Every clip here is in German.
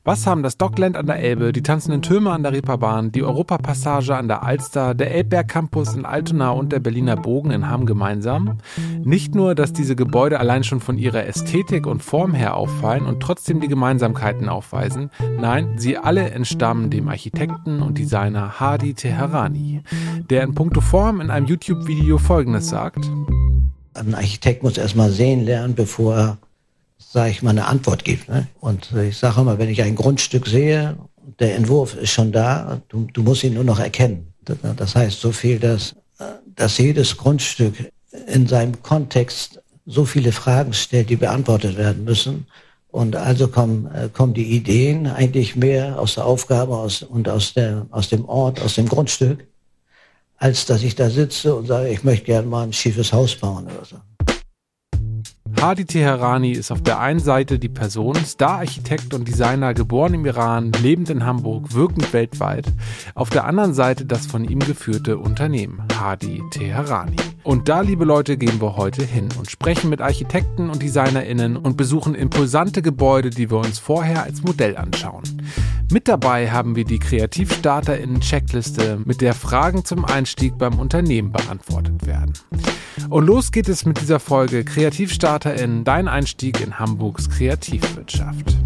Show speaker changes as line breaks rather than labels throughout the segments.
Was haben das Dockland an der Elbe, die tanzenden Türme an der Reeperbahn, die Europapassage an der Alster, der Elbberg Campus in Altona und der Berliner Bogen in Hamm gemeinsam? Nicht nur, dass diese Gebäude allein schon von ihrer Ästhetik und Form her auffallen und trotzdem die Gemeinsamkeiten aufweisen, nein, sie alle entstammen dem Architekten und Designer Hadi Teherani, der in puncto Form in einem YouTube-Video Folgendes sagt:
Ein Architekt muss erstmal sehen lernen, bevor er, sage ich mal, eine Antwort gibt. Ne? Und ich sage immer, wenn ich ein Grundstück sehe, der Entwurf ist schon da, du musst ihn nur noch erkennen. Das heißt so viel, dass jedes Grundstück in seinem Kontext so viele Fragen stellt, die beantwortet werden müssen. Und also kommen die Ideen eigentlich mehr aus der Aufgabe aus dem Ort, aus dem Grundstück, als dass ich da sitze und sage, ich möchte gerne mal ein schiefes Haus bauen oder so.
Hadi Teherani ist auf der einen Seite die Person, Star-Architekt und Designer, geboren im Iran, lebend in Hamburg, wirkend weltweit. Auf der anderen Seite das von ihm geführte Unternehmen, Hadi Teherani. Und da, liebe Leute, gehen wir heute hin und sprechen mit Architekten und DesignerInnen und besuchen impulsante Gebäude, die wir uns vorher als Modell anschauen. Mit dabei haben wir die KreativstarterInnen-Checkliste, mit der Fragen zum Einstieg beim Unternehmen beantwortet werden. Und los geht es mit dieser Folge KreativstarterInnen, dein Einstieg in Hamburgs Kreativwirtschaft.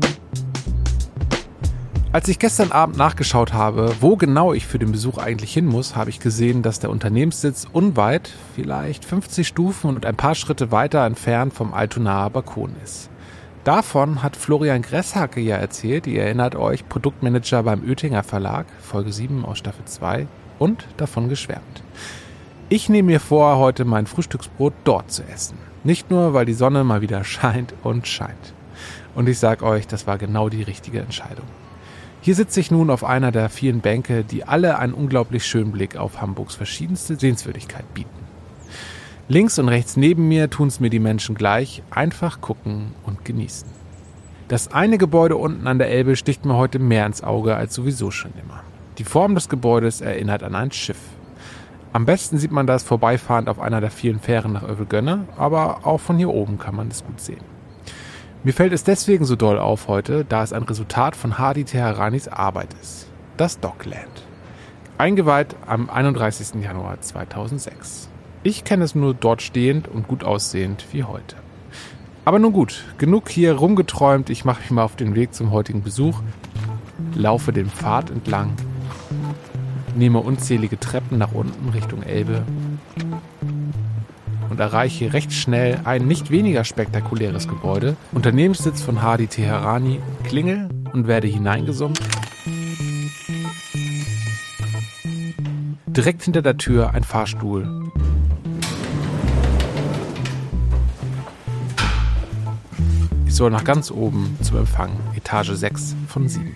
Als ich gestern Abend nachgeschaut habe, wo genau ich für den Besuch eigentlich hin muss, habe ich gesehen, dass der Unternehmenssitz unweit, vielleicht 50 Stufen und ein paar Schritte weiter entfernt vom Altonaer Balkon ist. Davon hat Florian Gresshacke ja erzählt, ihr erinnert euch, Produktmanager beim Oetinger Verlag, Folge 7 aus Staffel 2, und davon geschwärmt. Ich nehme mir vor, heute mein Frühstücksbrot dort zu essen. Nicht nur, weil die Sonne mal wieder scheint und scheint. Und ich sag euch, das war genau die richtige Entscheidung. Hier sitze ich nun auf einer der vielen Bänke, die alle einen unglaublich schönen Blick auf Hamburgs verschiedenste Sehenswürdigkeiten bieten. Links und rechts neben mir tun es mir die Menschen gleich, einfach gucken und genießen. Das eine Gebäude unten an der Elbe sticht mir heute mehr ins Auge als sowieso schon immer. Die Form des Gebäudes erinnert an ein Schiff. Am besten sieht man das vorbeifahrend auf einer der vielen Fähren nach Övelgönne, aber auch von hier oben kann man es gut sehen. Mir fällt es deswegen so doll auf heute, da es ein Resultat von Hadi Teheranis Arbeit ist. Das Dockland. Eingeweiht am 31. Januar 2006. Ich kenne es nur dort stehend und gut aussehend wie heute. Aber nun gut, genug hier rumgeträumt, ich mache mich mal auf den Weg zum heutigen Besuch, laufe den Pfad entlang, nehme unzählige Treppen nach unten Richtung Elbe und erreiche recht schnell ein nicht weniger spektakuläres Gebäude, Unternehmenssitz von Hadi Teherani, klingel und werde hineingesummt. Direkt hinter der Tür ein Fahrstuhl. Ich soll nach ganz oben zum Empfang, Etage 6 von 7.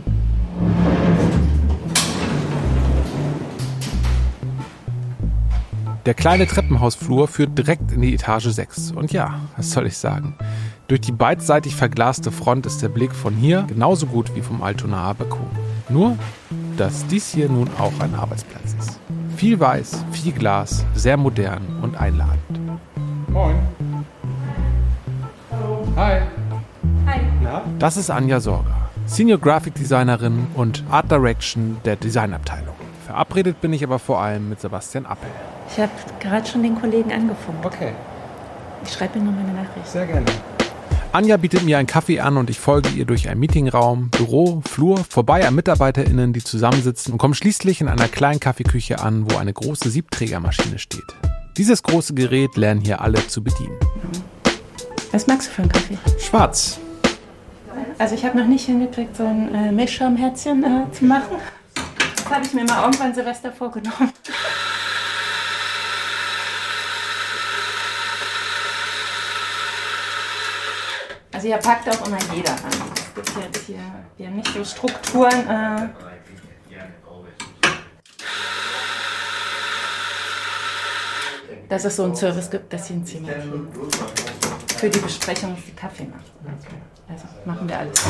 Der kleine Treppenhausflur führt direkt in die Etage 6. Und ja, was soll ich sagen? Durch die beidseitig verglaste Front ist der Blick von hier genauso gut wie vom Altonaer Balkon. Nur, dass dies hier nun auch ein Arbeitsplatz ist. Viel Weiß, viel Glas, sehr modern und einladend. Moin. Hallo. Hi. Hi. Na? Das ist Anja Sorger, Senior Graphic Designerin und Art Direction der Designabteilung. Verabredet bin ich aber vor allem mit Sebastian Appel.
Ich habe gerade schon den Kollegen angefunkt.
Okay.
Ich schreibe ihm noch meine Nachricht.
Sehr gerne. Anja bietet mir einen Kaffee an und ich folge ihr durch einen Meetingraum, Büro, Flur, vorbei an MitarbeiterInnen, die zusammensitzen und komme schließlich in einer kleinen Kaffeeküche an, wo eine große Siebträgermaschine steht. Dieses große Gerät lernen hier alle zu bedienen.
Was magst du für einen Kaffee?
Schwarz.
Also ich habe noch nicht hingekriegt, so ein Milchschaumherzchen zu machen. Das habe ich mir mal irgendwann Silvester vorgenommen. Also hier packt auch immer jeder an. Es gibt jetzt hier, wir haben nicht so Strukturen. Dass es so einen Service gibt, dass sie ein Zimmer kriegen. Für die Besprechung, dass sie Kaffee machen. Also machen wir alles.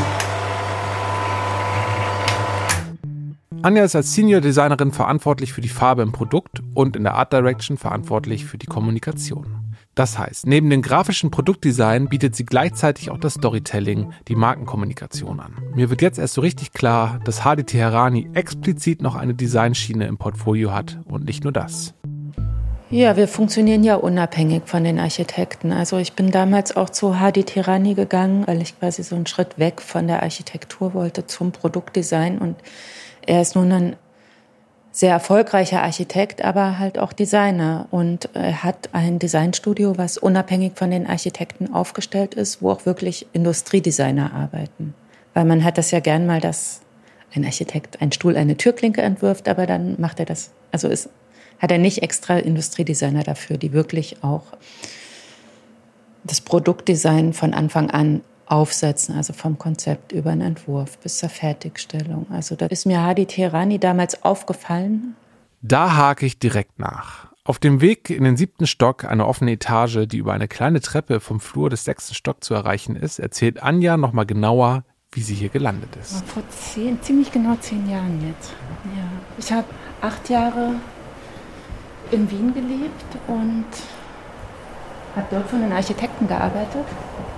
Anja ist als Senior Designerin verantwortlich für die Farbe im Produkt und in der Art Direction verantwortlich für die Kommunikation. Das heißt, neben dem grafischen Produktdesign bietet sie gleichzeitig auch das Storytelling, die Markenkommunikation an. Mir wird jetzt erst so richtig klar, dass Hadi Teherani explizit noch eine Designschiene im Portfolio hat und nicht nur das.
Ja, wir funktionieren ja unabhängig von den Architekten. Also ich bin damals auch zu Hadi Teherani gegangen, weil ich quasi so einen Schritt weg von der Architektur wollte zum Produktdesign. Und er ist nun ein sehr erfolgreicher Architekt, aber halt auch Designer. Und er hat ein Designstudio, was unabhängig von den Architekten aufgestellt ist, wo auch wirklich Industriedesigner arbeiten. Weil man hat das ja gern mal, dass ein Architekt einen Stuhl, eine Türklinke entwirft, aber dann macht er das, hat er nicht extra Industriedesigner dafür, die wirklich auch das Produktdesign von Anfang an aufsetzen, also vom Konzept über einen Entwurf bis zur Fertigstellung. Also da ist mir Hadi Teherani damals aufgefallen.
Da hake ich direkt nach. Auf dem Weg in den 7. Stock, eine offene Etage, die über eine kleine Treppe vom Flur des 6. Stock zu erreichen ist, erzählt Anja nochmal genauer, wie sie hier gelandet ist.
Vor ziemlich genau 10 Jahren jetzt. Ja. Ich habe 8 Jahre in Wien gelebt und habe dort für einen Architekten gearbeitet.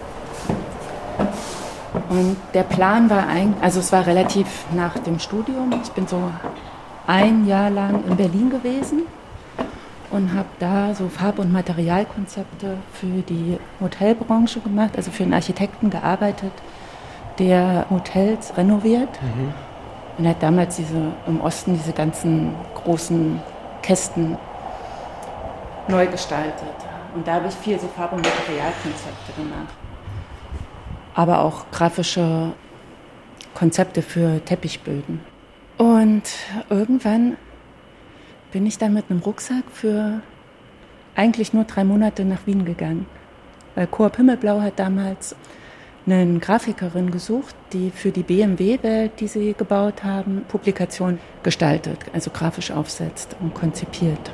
Und der Plan war eigentlich, also es war relativ nach dem Studium. Ich bin so 1 Jahr lang in Berlin gewesen und habe da so Farb- und Materialkonzepte für die Hotelbranche gemacht, also für einen Architekten gearbeitet, der Hotels renoviert. Und er hat damals im Osten diese ganzen großen Kästen neu gestaltet. Und da habe ich viel so Farb- und Materialkonzepte gemacht. Aber auch grafische Konzepte für Teppichböden. Und irgendwann bin ich dann mit einem Rucksack für eigentlich nur 3 Monate nach Wien gegangen. Weil Coop Himmelblau hat damals eine Grafikerin gesucht, die für die BMW-Welt, die sie gebaut haben, Publikation gestaltet, also grafisch aufsetzt und konzipiert.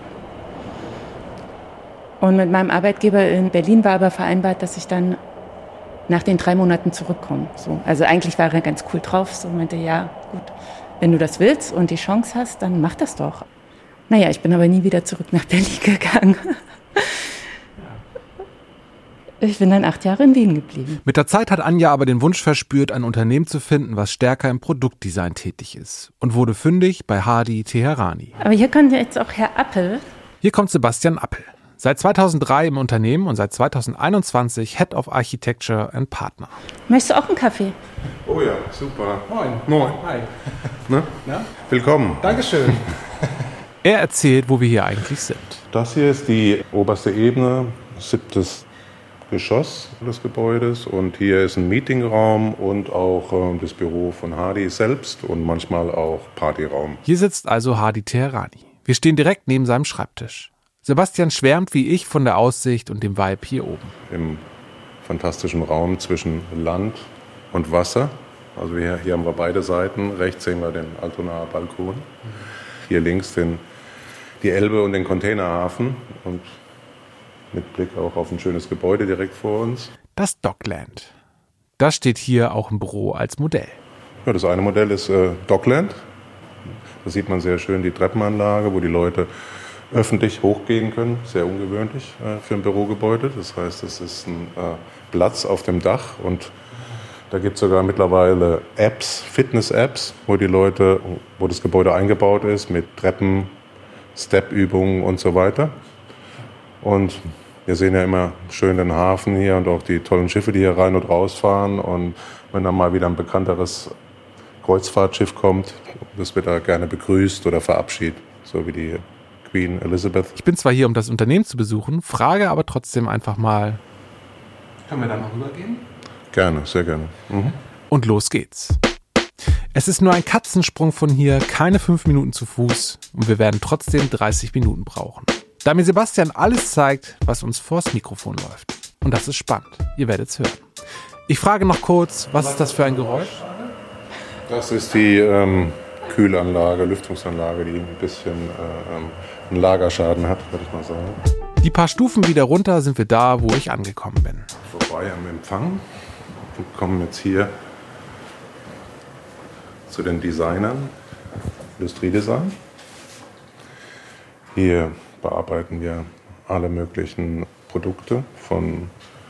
Und mit meinem Arbeitgeber in Berlin war aber vereinbart, dass ich dann nach den 3 Monaten zurückkomme. So. Also eigentlich war er ganz cool drauf, so meinte, ja gut, wenn du das willst und die Chance hast, dann mach das doch. Naja, ich bin aber nie wieder zurück nach Berlin gegangen. Ich bin dann 8 Jahre in Wien geblieben.
Mit der Zeit hat Anja aber den Wunsch verspürt, ein Unternehmen zu finden, was stärker im Produktdesign tätig ist. Und wurde fündig bei Hadi Teherani.
Aber hier kommt jetzt auch Herr Appel.
Hier kommt Sebastian Appel. Seit 2003 im Unternehmen und seit 2021 Head of Architecture and Partner.
Möchtest du auch einen Kaffee?
Oh ja, super.
Moin.
Moin.
Hi.
Ne?
Na?
Willkommen.
Dankeschön. Er erzählt, wo wir hier eigentlich sind.
Das hier ist die oberste Ebene, 7. Geschoss des Gebäudes. Und hier ist ein Meetingraum und auch das Büro von Hadi selbst und manchmal auch Partyraum.
Hier sitzt also Hadi Teherani. Wir stehen direkt neben seinem Schreibtisch. Sebastian schwärmt wie ich von der Aussicht und dem Vibe hier oben.
Im fantastischen Raum zwischen Land und Wasser. Also hier haben wir beide Seiten. Rechts sehen wir den Altonaer Balkon. Hier links die Elbe und den Containerhafen. Und mit Blick auch auf ein schönes Gebäude direkt vor uns.
Das Dockland. Das steht hier auch im Büro als Modell.
Ja, das eine Modell ist Dockland. Da sieht man sehr schön die Treppenanlage, wo die Leute öffentlich hochgehen können. Sehr ungewöhnlich für ein Bürogebäude. Das heißt, es ist ein Platz auf dem Dach und da gibt es sogar mittlerweile Apps, Fitness-Apps, wo das Gebäude eingebaut ist mit Treppen, Step-Übungen und so weiter. Und wir sehen ja immer schön den Hafen hier und auch die tollen Schiffe, die hier rein und rausfahren. Und wenn dann mal wieder ein bekannteres Kreuzfahrtschiff kommt, das wird da gerne begrüßt oder verabschiedet, so wie die Queen Elizabeth.
Ich bin zwar hier, um das Unternehmen zu besuchen, frage aber trotzdem einfach mal.
Können wir da noch rübergehen?
Gerne, sehr gerne.
Und los geht's. Es ist nur ein Katzensprung von hier, keine 5 Minuten zu Fuß und wir werden trotzdem 30 Minuten brauchen. Da mir Sebastian alles zeigt, was uns vors Mikrofon läuft. Und das ist spannend, ihr werdet's hören. Ich frage noch kurz, was ist das für ein Geräusch?
Das ist die Kühlanlage, Lüftungsanlage, die ein bisschen einen Lagerschaden hat, würde ich mal sagen.
Die paar Stufen wieder runter sind wir da, wo ich angekommen bin.
Vorbei am Empfang und kommen jetzt hier zu den Designern, Industriedesign. Hier bearbeiten wir alle möglichen Produkte, von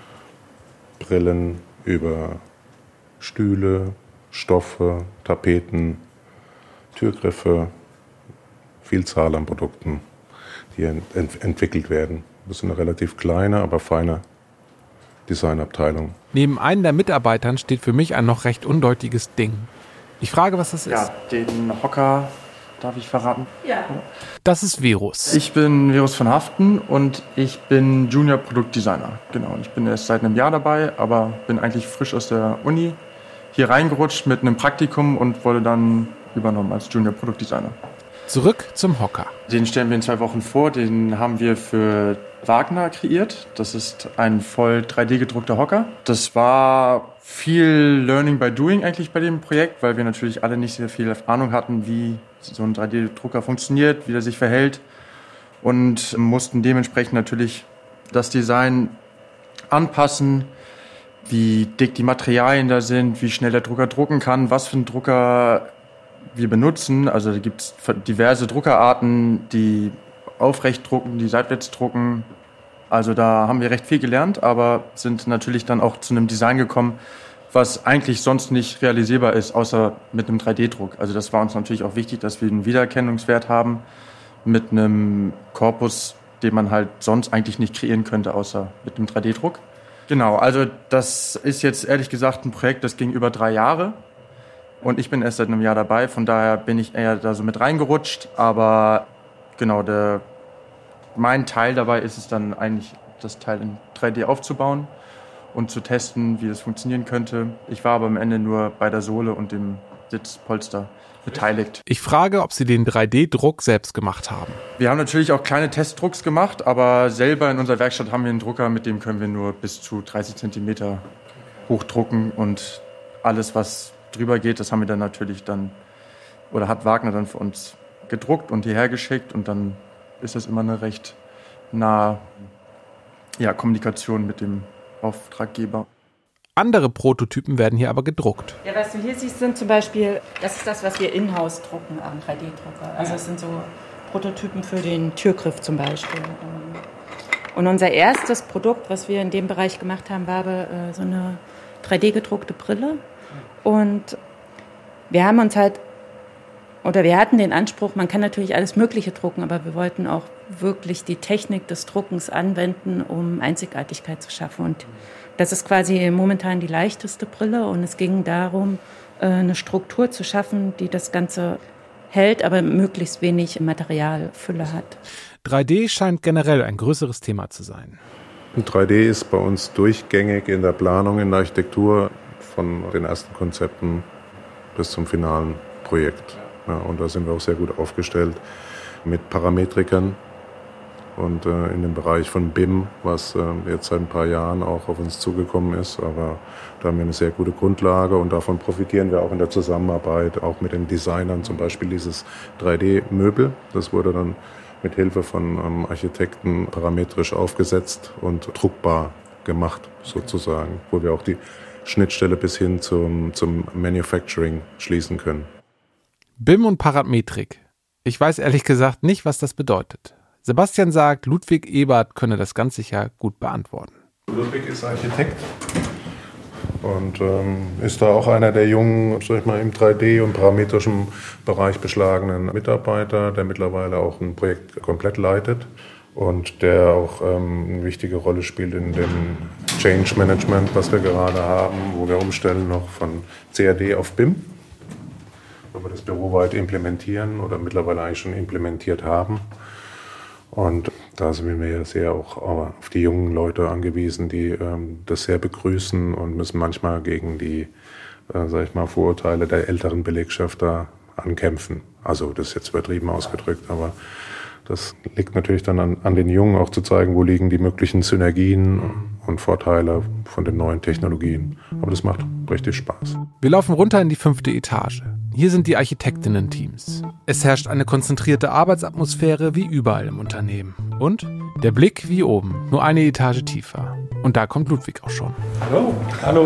Brillen über Stühle, Stoffe, Tapeten, Türgriffe, Vielzahl an Produkten, die entwickelt werden. Das ist eine relativ kleine, aber feine Designabteilung.
Neben einem der Mitarbeitern steht für mich ein noch recht undeutiges Ding. Ich frage, was das ist.
Ja, den Hocker darf ich verraten.
Ja.
Das ist Verus.
Ich bin Verus von Haften und ich bin Junior Produktdesigner. Genau, ich bin erst seit einem Jahr dabei, aber bin eigentlich frisch aus der Uni hier reingerutscht mit einem Praktikum und wurde dann übernommen als Junior Produktdesigner.
Zurück zum Hocker.
Den stellen wir in 2 Wochen vor. Den haben wir für Wagner kreiert. Das ist ein voll 3D gedruckter Hocker. Das war viel Learning by Doing eigentlich bei dem Projekt, weil wir natürlich alle nicht sehr viel Ahnung hatten, wie so ein 3D-Drucker funktioniert, wie der sich verhält und mussten dementsprechend natürlich das Design anpassen, wie dick die Materialien da sind, wie schnell der Drucker drucken kann, was für einen Drucker wir benutzen. Also da gibt es diverse Druckerarten, die aufrecht drucken, die seitwärts drucken. Also da haben wir recht viel gelernt, aber sind natürlich dann auch zu einem Design gekommen, was eigentlich sonst nicht realisierbar ist, außer mit einem 3D-Druck. Also das war uns natürlich auch wichtig, dass wir einen Wiedererkennungswert haben mit einem Korpus, den man halt sonst eigentlich nicht kreieren könnte, außer mit einem 3D-Druck. Genau, also das ist jetzt ehrlich gesagt ein Projekt, das ging über 3 Jahre. Und ich bin erst seit einem Jahr dabei, von daher bin ich eher da so mit reingerutscht. Aber genau, mein Teil dabei ist es dann eigentlich, das Teil in 3D aufzubauen und zu testen, wie das funktionieren könnte. Ich war aber am Ende nur bei der Sohle und dem Sitzpolster beteiligt.
Ich frage, ob Sie den 3D-Druck selbst gemacht haben.
Wir haben natürlich auch kleine Testdrucks gemacht, aber selber in unserer Werkstatt haben wir einen Drucker, mit dem können wir nur bis zu 30 cm hochdrucken und alles, was drüber geht, das haben wir dann natürlich hat Wagner dann für uns gedruckt und hierher geschickt und dann ist das immer eine recht nahe Kommunikation mit dem Auftraggeber.
Andere Prototypen werden hier aber gedruckt.
Ja, was du hier siehst, sind zum Beispiel, das ist das, was wir in-house drucken am 3D-Drucker. Also das sind so Prototypen für den Türgriff zum Beispiel. Und unser erstes Produkt, was wir in dem Bereich gemacht haben, war so eine 3D-gedruckte Brille. Und wir haben wir hatten den Anspruch, man kann natürlich alles Mögliche drucken, aber wir wollten auch wirklich die Technik des Druckens anwenden, um Einzigartigkeit zu schaffen. Und das ist quasi momentan die leichteste Brille und es ging darum, eine Struktur zu schaffen, die das Ganze hält, aber möglichst wenig Materialfülle hat.
3D scheint generell ein größeres Thema zu sein.
3D ist bei uns durchgängig in der Planung, in der Architektur, von den ersten Konzepten bis zum finalen Projekt. Ja, und da sind wir auch sehr gut aufgestellt mit Parametrikern und in dem Bereich von BIM, was jetzt seit ein paar Jahren auch auf uns zugekommen ist. Aber da haben wir eine sehr gute Grundlage und davon profitieren wir auch in der Zusammenarbeit, auch mit den Designern, zum Beispiel dieses 3D-Möbel. Das wurde dann mit Hilfe von Architekten parametrisch aufgesetzt und druckbar gemacht sozusagen, wo wir auch die Schnittstelle bis hin zum Manufacturing schließen können.
BIM und Parametrik. Ich weiß ehrlich gesagt nicht, was das bedeutet. Sebastian sagt, Ludwig Ebert könne das ganz sicher gut beantworten.
Ludwig ist Architekt und ist da auch einer der jungen, sag ich mal, im 3D- und parametrischen Bereich beschlagenen Mitarbeiter, der mittlerweile auch ein Projekt komplett leitet und der auch eine wichtige Rolle spielt in dem Change Management, was wir gerade haben, wo wir umstellen noch von CAD auf BIM, wo wir das büroweit implementieren oder mittlerweile eigentlich schon implementiert haben. Und da sind wir ja sehr auch auf die jungen Leute angewiesen, die das sehr begrüßen und müssen manchmal gegen die, sag ich mal, Vorurteile der älteren Belegschaft da ankämpfen. Also das ist jetzt übertrieben ausgedrückt, aber das liegt natürlich dann an den Jungen auch zu zeigen, wo liegen die möglichen Synergien und Vorteile von den neuen Technologien. Aber das macht richtig Spaß.
Wir laufen runter in die 5. Etage. Hier sind die Architektinnen-Teams. Es herrscht eine konzentrierte Arbeitsatmosphäre wie überall im Unternehmen. Und der Blick wie oben, nur eine Etage tiefer. Und da kommt Ludwig auch schon.
Hallo.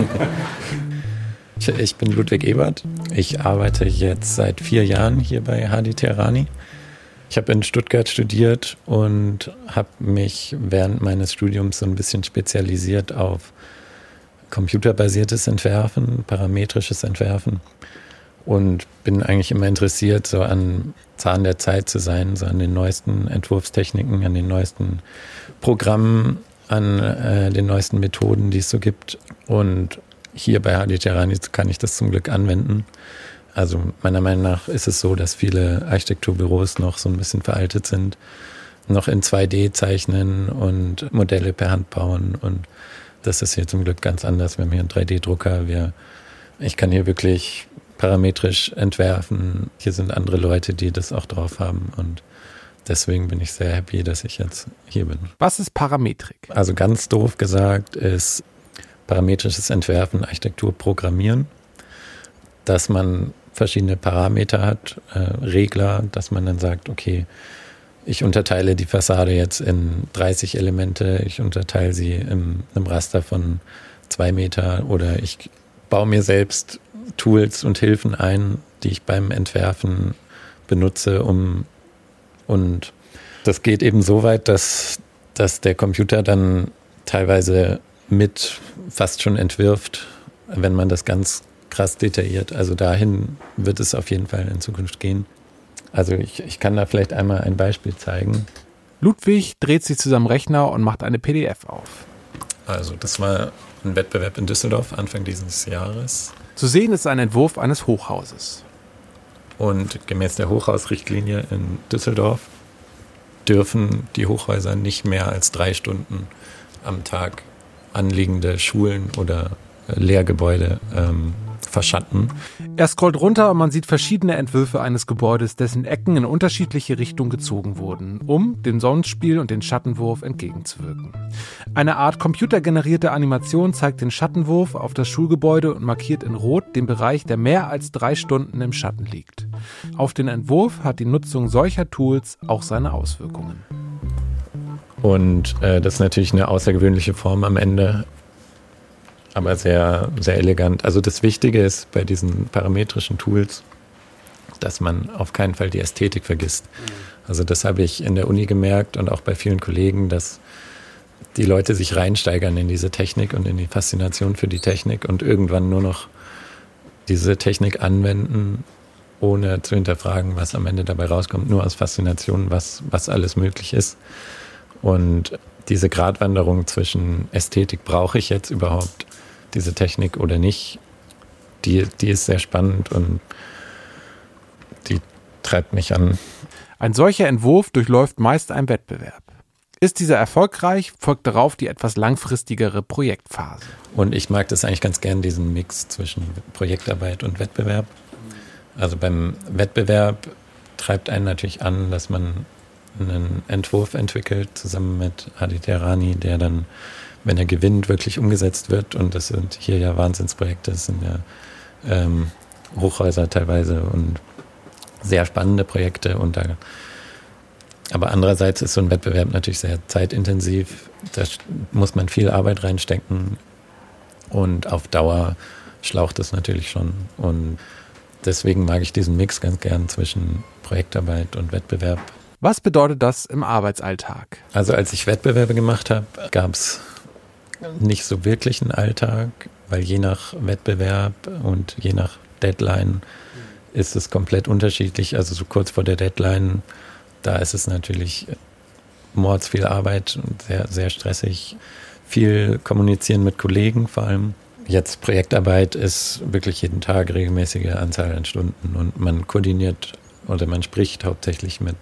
Ich bin Ludwig Ebert. Ich arbeite jetzt seit 4 Jahren hier bei HD Terrani. Ich habe in Stuttgart studiert und habe mich während meines Studiums so ein bisschen spezialisiert auf computerbasiertes Entwerfen, parametrisches Entwerfen und bin eigentlich immer interessiert, so an Zahn der Zeit zu sein, so an den neuesten Entwurfstechniken, an den neuesten Programmen, an den neuesten Methoden, die es so gibt. Und hier bei HD Terrani kann ich das zum Glück anwenden. Also meiner Meinung nach ist es so, dass viele Architekturbüros noch so ein bisschen veraltet sind, noch in 2D zeichnen und Modelle per Hand bauen. Und das ist hier zum Glück ganz anders. Wir haben hier einen 3D-Drucker. Ich kann hier wirklich parametrisch entwerfen. Hier sind andere Leute, die das auch drauf haben. Und deswegen bin ich sehr happy, dass ich jetzt hier bin.
Was ist Parametrik?
Also ganz doof gesagt ist parametrisches Entwerfen, Architektur programmieren, dass man verschiedene Parameter hat, Regler, dass man dann sagt, okay, ich unterteile die Fassade jetzt in 30 Elemente, ich unterteile sie in einem Raster von 2 Meter oder ich baue mir selbst Tools und Hilfen ein, die ich beim Entwerfen benutze, und das geht eben so weit, dass der Computer dann teilweise mit fast schon entwirft, wenn man das ganz krass detailliert. Also dahin wird es auf jeden Fall in Zukunft gehen. Also ich kann da vielleicht einmal ein Beispiel zeigen.
Ludwig dreht sich zu seinem Rechner und macht eine PDF auf.
Also das war ein Wettbewerb in Düsseldorf Anfang dieses Jahres.
Zu sehen ist ein Entwurf eines Hochhauses.
Und gemäß der Hochhausrichtlinie in Düsseldorf dürfen die Hochhäuser nicht mehr als 3 Stunden am Tag anliegende Schulen oder Lehrgebäude verschatten.
Er scrollt runter und man sieht verschiedene Entwürfe eines Gebäudes, dessen Ecken in unterschiedliche Richtungen gezogen wurden, um dem Sonnenspiel und den Schattenwurf entgegenzuwirken. Eine Art computergenerierte Animation zeigt den Schattenwurf auf das Schulgebäude und markiert in Rot den Bereich, der mehr als 3 Stunden im Schatten liegt. Auf den Entwurf hat die Nutzung solcher Tools auch seine Auswirkungen.
Und das ist natürlich eine außergewöhnliche Form am Ende, aber sehr, sehr elegant. Also das Wichtige ist bei diesen parametrischen Tools, dass man auf keinen Fall die Ästhetik vergisst. Also das habe ich in der Uni gemerkt und auch bei vielen Kollegen, dass die Leute sich reinsteigern in diese Technik und in die Faszination für die Technik und irgendwann nur noch diese Technik anwenden, ohne zu hinterfragen, was am Ende dabei rauskommt, nur aus Faszination, was alles möglich ist. Und diese Gratwanderung zwischen Ästhetik, brauche ich jetzt überhaupt diese Technik oder nicht, die ist sehr spannend und die treibt mich an.
Ein solcher Entwurf durchläuft meist einen Wettbewerb. Ist dieser erfolgreich, folgt darauf die etwas langfristigere Projektphase.
Und ich mag das eigentlich ganz gern, diesen Mix zwischen Projektarbeit und Wettbewerb. Also beim Wettbewerb treibt einen natürlich an, dass man einen Entwurf entwickelt, zusammen mit HD Terrani, der dann, wenn er gewinnt, wirklich umgesetzt wird. Und das sind hier ja Wahnsinnsprojekte, das sind ja Hochhäuser teilweise und sehr spannende Projekte. Aber andererseits ist so ein Wettbewerb natürlich sehr zeitintensiv. Da muss man viel Arbeit reinstecken und auf Dauer schlaucht es natürlich schon. Und deswegen mag ich diesen Mix ganz gern zwischen Projektarbeit und Wettbewerb.
Was bedeutet das im Arbeitsalltag?
Also als ich Wettbewerbe gemacht habe, gab es nicht so wirklich einen Alltag, weil je nach Wettbewerb und je nach Deadline ist es komplett unterschiedlich. Also so kurz vor der Deadline, da ist es natürlich mords viel Arbeit und sehr, sehr stressig. Viel kommunizieren mit Kollegen vor allem. Jetzt Projektarbeit ist wirklich jeden Tag regelmäßige Anzahl an Stunden und man koordiniert oder man spricht hauptsächlich mit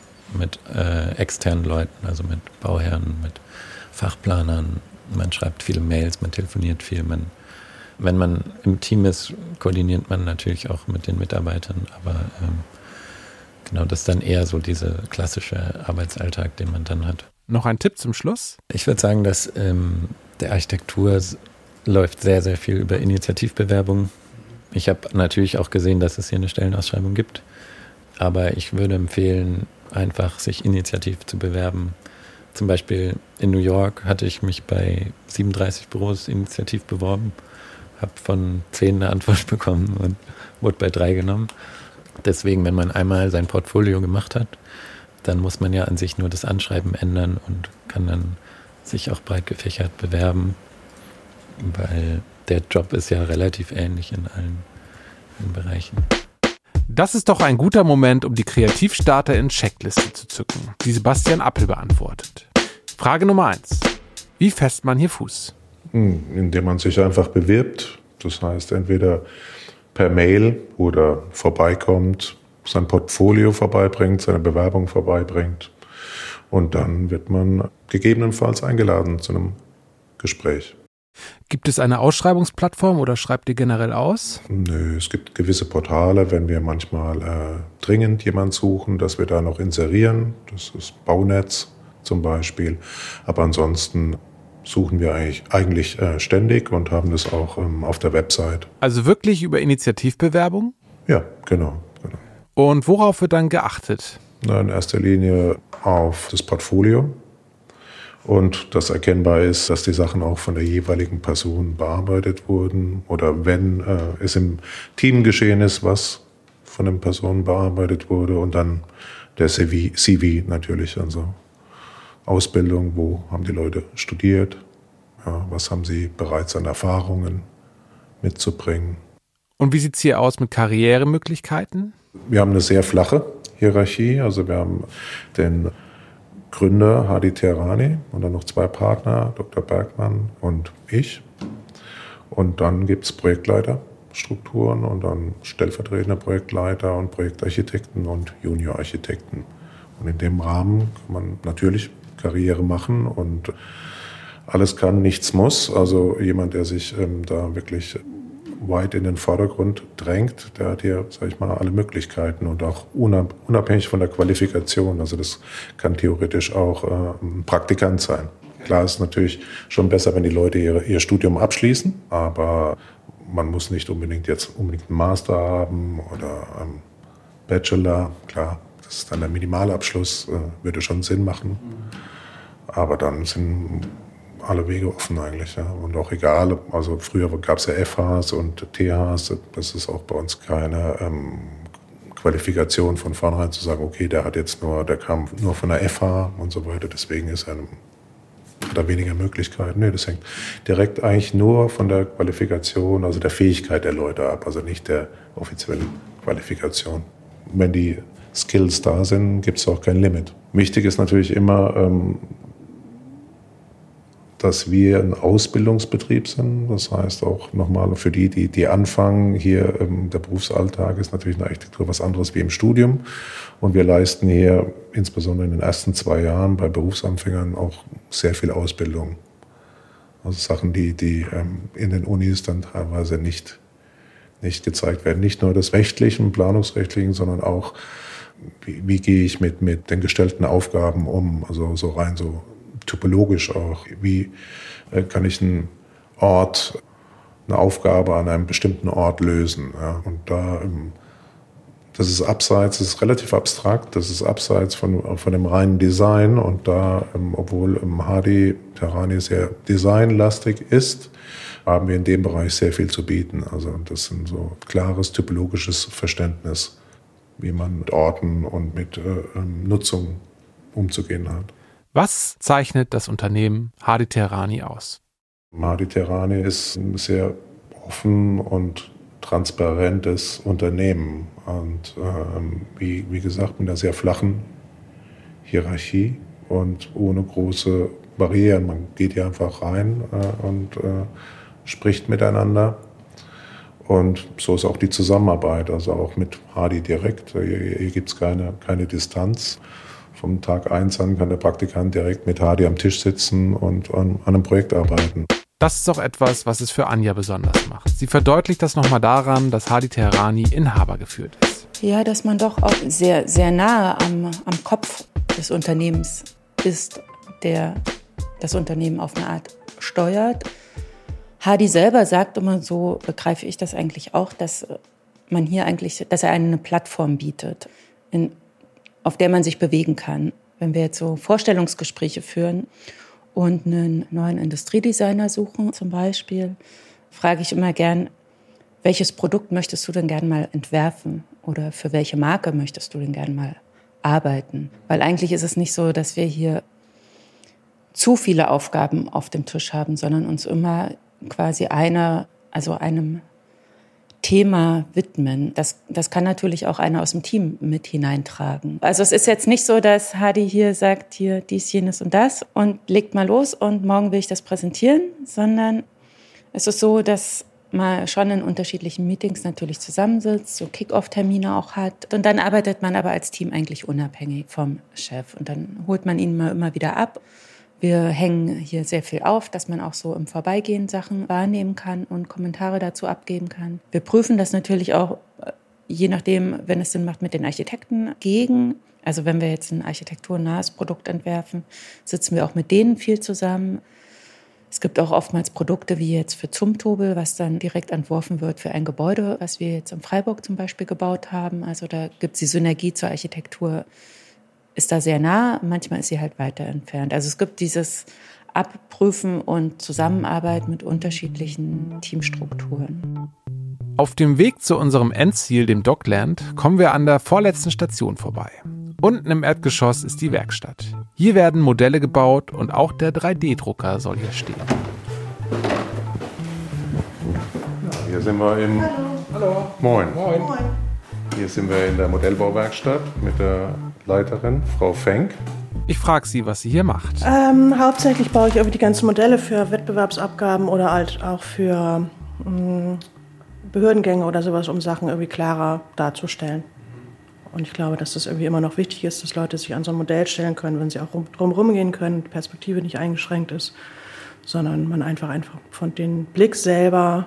externen Leuten, also mit Bauherren, mit Fachplanern. Man schreibt viele Mails, man telefoniert viel. Wenn man im Team ist, koordiniert man natürlich auch mit den Mitarbeitern. Aber genau, das ist dann eher so dieser klassische Arbeitsalltag, den man dann hat.
Noch ein Tipp zum Schluss?
Ich würde sagen, dass der Architektur läuft sehr, sehr viel über Initiativbewerbungen. Ich habe natürlich auch gesehen, dass es hier eine Stellenausschreibung gibt. Aber ich würde empfehlen, einfach sich initiativ zu bewerben. Zum Beispiel in New York hatte ich mich bei 37 Büros initiativ beworben, habe von 10 eine Antwort bekommen und wurde bei 3 genommen. Deswegen, wenn man einmal sein Portfolio gemacht hat dann muss man ja an sich nur das Anschreiben ändern und kann dann sich auch breit gefächert bewerben, weil der Job ist ja relativ ähnlich in allen Bereichen.
Das ist doch ein guter Moment, um die Kreativstarter in Checkliste zu zücken, die Sebastian Appel beantwortet. Frage Nummer 1. Wie fasst man hier Fuß?
Indem man sich einfach bewirbt. Das heißt, entweder per Mail oder vorbeikommt, sein Portfolio vorbeibringt, seine Bewerbung vorbeibringt. Und dann wird man gegebenenfalls eingeladen zu einem Gespräch.
Gibt es eine Ausschreibungsplattform oder schreibt ihr generell aus?
Nö, es gibt gewisse Portale, wenn wir manchmal dringend jemanden suchen, dass wir da noch inserieren. Das ist Baunetz zum Beispiel. Aber ansonsten suchen wir eigentlich ständig und haben das auch auf der Website.
Also wirklich über Initiativbewerbung?
Ja, genau.
Und worauf wird dann geachtet?
In erster Linie auf das Portfolio. Und dass erkennbar ist, dass die Sachen auch von der jeweiligen Person bearbeitet wurden. Oder wenn es im Team geschehen ist, was von den Personen bearbeitet wurde. Und dann der CV natürlich. Also Ausbildung, wo haben die Leute studiert? Ja, was haben sie bereits an Erfahrungen mitzubringen?
Und wie sieht es hier aus mit Karrieremöglichkeiten?
Wir haben eine sehr flache Hierarchie. Also wir haben den Gründer Hadi Teherani und dann noch 2 Partner, Dr. Bergmann und ich. Und dann gibt es Projektleiterstrukturen und dann stellvertretende Projektleiter und Projektarchitekten und Juniorarchitekten. Und in dem Rahmen kann man natürlich Karriere machen und alles kann, nichts muss. Also jemand, der sich da wirklich weit in den Vordergrund drängt, der hat hier, sage ich mal, alle Möglichkeiten und auch unabhängig von der Qualifikation. Also das kann theoretisch auch ein Praktikant sein. Klar ist natürlich schon besser, wenn die Leute ihr Studium abschließen, aber man muss nicht unbedingt einen Master haben oder einen Bachelor. Klar, das ist dann der Minimalabschluss, würde schon Sinn machen. Aber dann sind alle Wege offen eigentlich. Ja. Und auch egal, also früher gab es ja FHs und THs, das ist auch bei uns keine Qualifikation von vornherein zu sagen, okay, der kam nur von der FH und so weiter, deswegen hat er weniger Möglichkeiten. Nee, das hängt direkt eigentlich nur von der Qualifikation, also der Fähigkeit der Leute ab, also nicht der offiziellen Qualifikation. Wenn die Skills da sind, gibt es auch kein Limit. Wichtig ist natürlich immer, dass wir ein Ausbildungsbetrieb sind. Das heißt auch nochmal für die anfangen, hier der Berufsalltag ist natürlich in der Architektur was anderes wie im Studium. Und wir leisten hier insbesondere in den ersten 2 Jahren bei Berufsanfängern auch sehr viel Ausbildung. Also Sachen, die in den Unis dann teilweise nicht gezeigt werden. Nicht nur des Rechtlichen, Planungsrechtlichen, sondern auch, wie gehe ich mit den gestellten Aufgaben um, also so rein so typologisch auch. Wie kann ich eine Aufgabe an einem bestimmten Ort lösen? Ja? Und das ist relativ abstrakt, das ist abseits von dem reinen Design. Und da, obwohl Hadi Teherani sehr designlastig ist, haben wir in dem Bereich sehr viel zu bieten. Also das sind so klares typologisches Verständnis, wie man mit Orten und mit Nutzung umzugehen hat.
Was zeichnet das Unternehmen Hadi Teherani aus?
Hadi Teherani ist ein sehr offen und transparentes Unternehmen und wie gesagt mit einer sehr flachen Hierarchie und ohne große Barrieren. Man geht hier einfach rein und spricht miteinander. Und so ist auch die Zusammenarbeit, also auch mit Hadi direkt. Hier gibt es keine Distanz. Vom Tag 1 an kann der Praktikant direkt mit Hadi am Tisch sitzen und an einem Projekt arbeiten.
Das ist auch etwas, was es für Anja besonders macht. Sie verdeutlicht das nochmal daran, dass Hadi Teherani Inhaber geführt ist.
Ja, dass man doch auch sehr, sehr nahe am Kopf des Unternehmens ist, der das Unternehmen auf eine Art steuert. Hadi selber sagt immer, so begreife ich das eigentlich auch, dass er eine Plattform bietet, auf der man sich bewegen kann. Wenn wir jetzt so Vorstellungsgespräche führen und einen neuen Industriedesigner suchen zum Beispiel, frage ich immer gern, welches Produkt möchtest du denn gern mal entwerfen oder für welche Marke möchtest du denn gern mal arbeiten. Weil eigentlich ist es nicht so, dass wir hier zu viele Aufgaben auf dem Tisch haben, sondern uns immer quasi einem Thema widmen. Das kann natürlich auch einer aus dem Team mit hineintragen. Also es ist jetzt nicht so, dass Hadi hier sagt, hier dies, jenes und das und legt mal los und morgen will ich das präsentieren, sondern es ist so, dass man schon in unterschiedlichen Meetings natürlich zusammensitzt, so Kick-Off-Termine auch hat. Und dann arbeitet man aber als Team eigentlich unabhängig vom Chef. Und dann holt man ihn immer wieder ab. Wir hängen hier sehr viel auf, dass man auch so im Vorbeigehen Sachen wahrnehmen kann und Kommentare dazu abgeben kann. Wir prüfen das natürlich auch, je nachdem, wenn es Sinn macht, mit den Architekten gegen. Also wenn wir jetzt ein architekturnahes Produkt entwerfen, sitzen wir auch mit denen viel zusammen. Es gibt auch oftmals Produkte wie jetzt für Zumtobel, was dann direkt entworfen wird für ein Gebäude, was wir jetzt in Freiburg zum Beispiel gebaut haben. Also da gibt es die Synergie zur Architektur, ist da sehr nah, manchmal ist sie halt weiter entfernt. Also es gibt dieses Abprüfen und Zusammenarbeit mit unterschiedlichen Teamstrukturen.
Auf dem Weg zu unserem Endziel, dem Dockland, kommen wir an der vorletzten Station vorbei. Unten im Erdgeschoss ist die Werkstatt. Hier werden Modelle gebaut und auch der 3D-Drucker soll hier stehen.
Ja, hier sind wir im...
Hallo.
Moin.
Moin.
Hier sind wir in der Modellbauwerkstatt mit der Leiterin, Frau Fenk.
Ich frage sie, was sie hier macht.
Hauptsächlich baue ich irgendwie die ganzen Modelle für Wettbewerbsabgaben oder halt auch für Behördengänge oder sowas, um Sachen irgendwie klarer darzustellen. Und ich glaube, dass das irgendwie immer noch wichtig ist, dass Leute sich an so ein Modell stellen können, wenn sie auch drumherum gehen können, die Perspektive nicht eingeschränkt ist, sondern man einfach von den Blick selber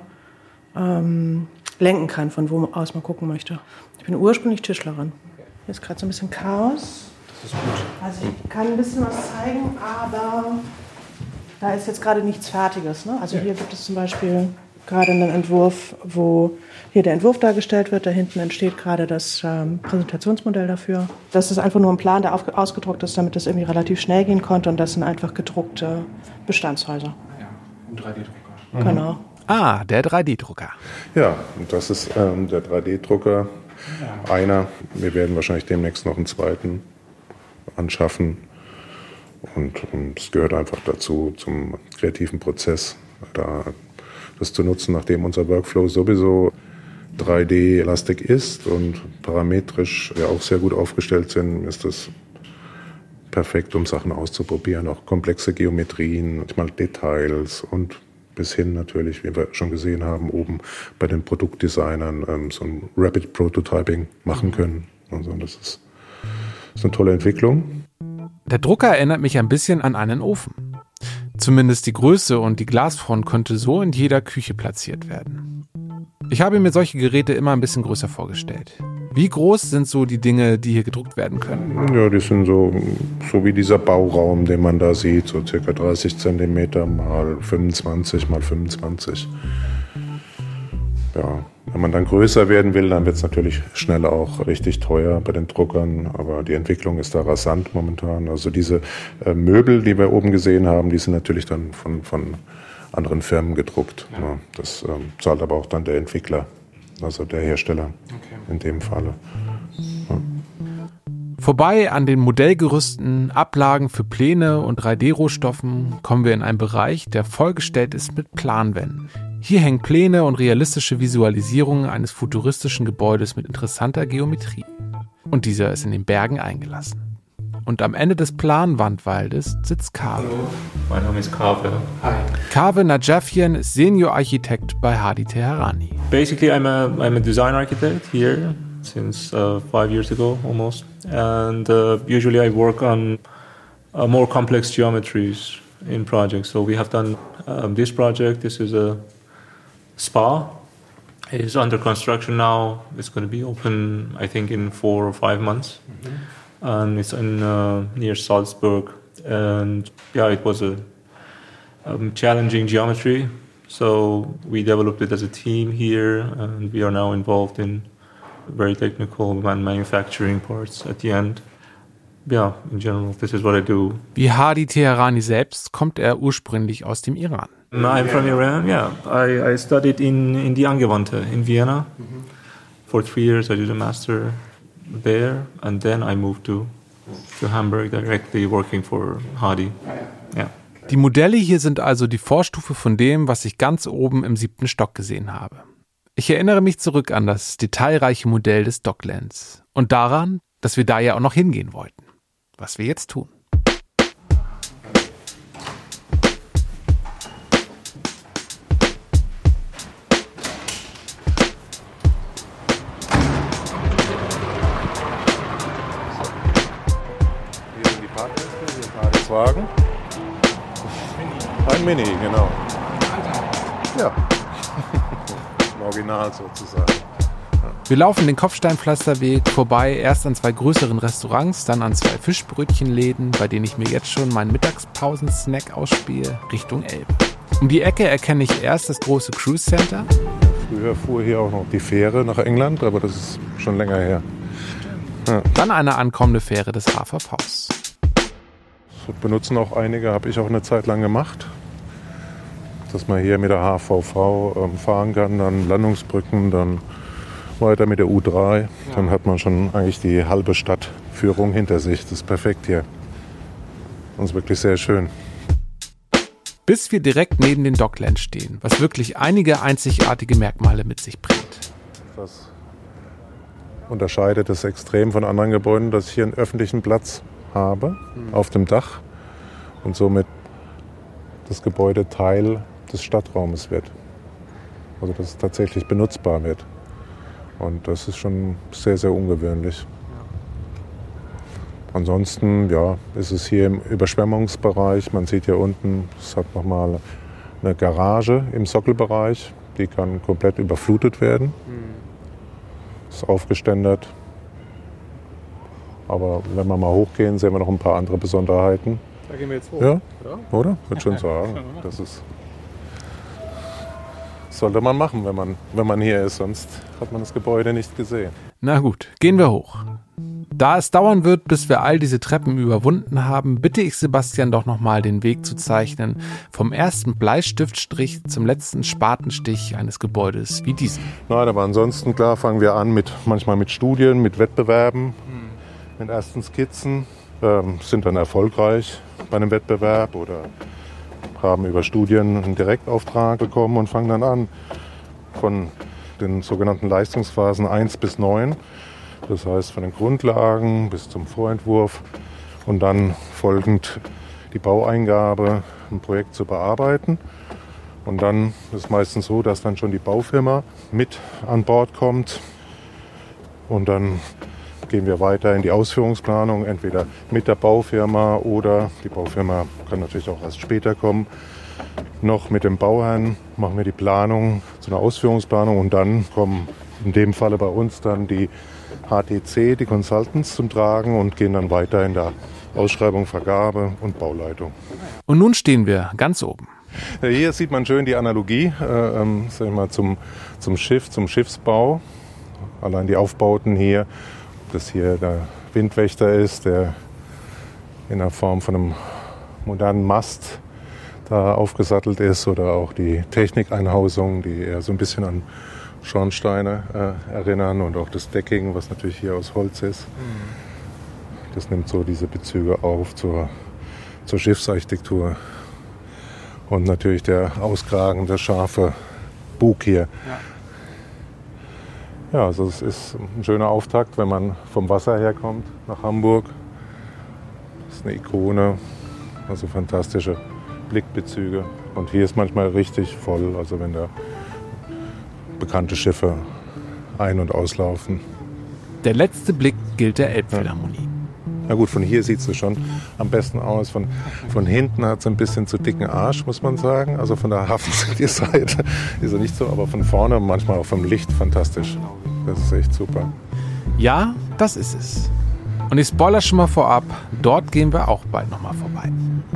lenken kann, von wo aus man gucken möchte. Ich bin ursprünglich Tischlerin. Hier ist gerade so ein bisschen Chaos.
Das ist gut.
Also ich kann ein bisschen was zeigen, aber da ist jetzt gerade nichts Fertiges. Ne? Also hier gibt es zum Beispiel gerade einen Entwurf, wo hier der Entwurf dargestellt wird. Da hinten entsteht gerade das Präsentationsmodell dafür. Das ist einfach nur ein Plan, der ausgedruckt ist, damit das irgendwie relativ schnell gehen konnte. Und das sind einfach gedruckte Bestandshäuser.
Ja, ein 3D-Drucker.
Genau.
Ah, der 3D-Drucker.
Ja, und das ist der 3D-Drucker. Einer. Wir werden wahrscheinlich demnächst noch einen zweiten anschaffen. Und es gehört einfach dazu, zum kreativen Prozess, das zu nutzen, nachdem unser Workflow sowieso 3D-lastig ist und parametrisch ja auch sehr gut aufgestellt sind, ist das perfekt, um Sachen auszuprobieren. Auch komplexe Geometrien, manchmal Details und bis hin natürlich, wie wir schon gesehen haben, oben bei den Produktdesignern so ein Rapid Prototyping machen können. Also das ist eine tolle Entwicklung.
Der Drucker erinnert mich ein bisschen an einen Ofen. Zumindest die Größe und die Glasfront könnte so in jeder Küche platziert werden. Ich habe mir solche Geräte immer ein bisschen größer vorgestellt. Wie groß sind so die Dinge, die hier gedruckt werden können?
Ja, die sind so wie dieser Bauraum, den man da sieht, so circa 30 cm mal 25 mal 25. Ja, wenn man dann größer werden will, dann wird es natürlich schnell auch richtig teuer bei den Druckern, aber die Entwicklung ist da rasant momentan. Also diese Möbel, die wir oben gesehen haben, die sind natürlich dann von anderen Firmen gedruckt. Ja. Das zahlt aber auch dann der Entwickler, also der Hersteller in dem Falle. Ja.
Vorbei an den Modellgerüsten, Ablagen für Pläne und 3D-Rohstoffen kommen wir in einen Bereich, der vollgestellt ist mit Planwänden. Hier hängen Pläne und realistische Visualisierungen eines futuristischen Gebäudes mit interessanter Geometrie. Und dieser ist in den Bergen eingelassen. Und am Ende des Planwandwaldes sitzt Kaveh.
Hallo, mein Name ist Kaveh.
Hi.
Kaveh Najafian ist Senior-Architekt bei Hadi Teherani.
Basically, I'm a design architect here since 5 years ago almost. And usually I work on more complex geometries in projects. So we have done this project. This is a spa. It is under construction now. It's going to be open, I think, in 4 or 5 months. Mm-hmm. And it's in near Salzburg. And yeah, it was a challenging geometry. So we developed it as a team here, and we are now involved in very technical manufacturing parts at the end. Yeah, in general, this is what I do.
Wie Hadi Teherani selbst kommt er ursprünglich aus dem Iran.
I'm from Iran, yeah. I studied in die Angewandte in Vienna. For 3 years I did a master there, and then I moved to Hamburg directly working for Hadi. Yeah.
Die Modelle hier sind also die Vorstufe von dem, was ich ganz oben im 7. Stock gesehen habe. Ich erinnere mich zurück an das detailreiche Modell des Docklands und daran, dass wir da ja auch noch hingehen wollten. Was wir jetzt tun.
Hier sind die Parkplätze, hier ist Hardys-Wagen. Ein Mini, genau. Ja, im Original sozusagen.
Wir laufen den Kopfsteinpflasterweg vorbei, erst an 2 größeren Restaurants, dann an 2 Fischbrötchenläden, bei denen ich mir jetzt schon meinen Mittagspausensnack ausspiele, Richtung Elbe. Um die Ecke erkenne ich erst das große Cruise Center.
Früher fuhr hier auch noch die Fähre nach England, aber das ist schon länger her. Ja.
Dann eine ankommende Fähre des HVVs.
Das benutzen auch einige, habe ich auch eine Zeit lang gemacht. Dass man hier mit der HVV fahren kann, dann Landungsbrücken, dann weiter mit der U3. Ja. Dann hat man schon eigentlich die halbe Stadtführung hinter sich. Das ist perfekt hier. Das ist wirklich sehr schön.
Bis wir direkt neben den Docklands stehen, was wirklich einige einzigartige Merkmale mit sich bringt.
Das unterscheidet es extrem von anderen Gebäuden, dass ich hier einen öffentlichen Platz habe auf dem Dach und somit das Gebäude Teil des Stadtraumes wird. Also dass es tatsächlich benutzbar wird. Und das ist schon sehr, sehr ungewöhnlich. Ansonsten ja, ist es hier im Überschwemmungsbereich. Man sieht hier unten, es hat nochmal eine Garage im Sockelbereich. Die kann komplett überflutet werden. Ist aufgeständert. Aber wenn wir mal hochgehen, sehen wir noch ein paar andere Besonderheiten.
Da gehen wir jetzt hoch.
Ja, oder? Würde schon sagen. Das sollte man machen, wenn man hier ist. Sonst hat man das Gebäude nicht gesehen.
Na gut, gehen wir hoch. Da es dauern wird, bis wir all diese Treppen überwunden haben, bitte ich Sebastian doch nochmal den Weg zu zeichnen, vom ersten Bleistiftstrich zum letzten Spatenstich eines Gebäudes wie diesem.
Nein, aber ansonsten, klar, fangen wir an manchmal mit Studien, mit Wettbewerben, mit ersten Skizzen, sind dann erfolgreich bei einem Wettbewerb oder haben über Studien einen Direktauftrag bekommen und fangen dann an von den sogenannten Leistungsphasen 1 bis 9. Das heißt von den Grundlagen bis zum Vorentwurf und dann folgend die Baueingabe, ein Projekt zu bearbeiten. Und dann ist es meistens so, dass dann schon die Baufirma mit an Bord kommt und dann gehen wir weiter in die Ausführungsplanung, entweder mit der Baufirma oder die Baufirma kann natürlich auch erst später kommen. Noch mit dem Bauherrn machen wir die Planung zu einer Ausführungsplanung und dann kommen in dem Falle bei uns dann die HTC, die Consultants zum Tragen und gehen dann weiter in der Ausschreibung, Vergabe und Bauleitung.
Und nun stehen wir ganz oben.
Hier sieht man schön die Analogie sag ich mal, zum Schiff, zum Schiffsbau. Allein die Aufbauten hier, ob das hier der Windwächter ist, der in der Form von einem modernen Mast da aufgesattelt ist oder auch die Technikeinhausung, die eher so ein bisschen an Schornsteine erinnern und auch das Decking, was natürlich hier aus Holz ist. Das nimmt so diese Bezüge auf zur Schiffsarchitektur. Und natürlich der auskragende, scharfe Bug hier. Ja, also es ist ein schöner Auftakt, wenn man vom Wasser herkommt nach Hamburg. Das ist eine Ikone, also fantastische Blickbezüge. Und hier ist manchmal richtig voll, also wenn da bekannte Schiffe ein- und auslaufen.
Der letzte Blick gilt der Elbphilharmonie.
Na gut, von hier sieht es schon am besten aus. Von hinten hat es ein bisschen zu dicken Arsch, muss man sagen. Also von der Hafenseite ist er nicht so, aber von vorne manchmal auch vom Licht fantastisch. Das ist echt super.
Ja, das ist es. Und ich spoilere schon mal vorab, dort gehen wir auch bald nochmal vorbei.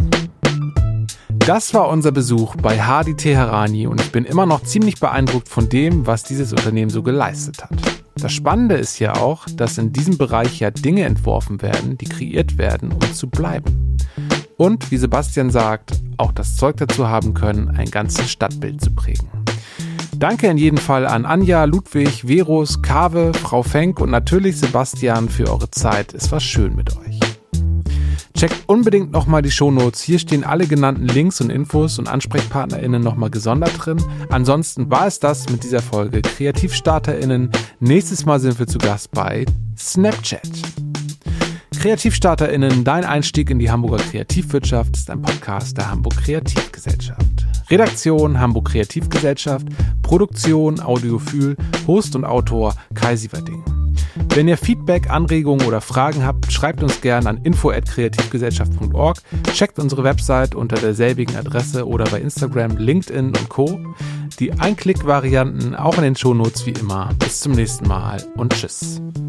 Das war unser Besuch bei Hadi Teherani und ich bin immer noch ziemlich beeindruckt von dem, was dieses Unternehmen so geleistet hat. Das Spannende ist ja auch, dass in diesem Bereich ja Dinge entworfen werden, die kreiert werden, um zu bleiben. Und, wie Sebastian sagt, auch das Zeug dazu haben können, ein ganzes Stadtbild zu prägen. Danke in jedem Fall an Anja, Ludwig, Verus, Kave, Frau Fenk und natürlich Sebastian für eure Zeit. Es war schön mit euch. Checkt unbedingt nochmal die Shownotes. Hier stehen alle genannten Links und Infos und AnsprechpartnerInnen nochmal gesondert drin. Ansonsten war es das mit dieser Folge KreativstarterInnen. Nächstes Mal sind wir zu Gast bei Snapchat. KreativstarterInnen, dein Einstieg in die Hamburger Kreativwirtschaft ist ein Podcast der Hamburg Kreativgesellschaft. Redaktion Hamburg Kreativgesellschaft, Produktion Audiophil, Host und Autor Kai Sieverding. Wenn ihr Feedback, Anregungen oder Fragen habt, schreibt uns gerne an info@kreativgesellschaft.org, checkt unsere Website unter derselbigen Adresse oder bei Instagram, LinkedIn und Co. Die Einklick-Varianten auch in den Shownotes wie immer. Bis zum nächsten Mal und tschüss.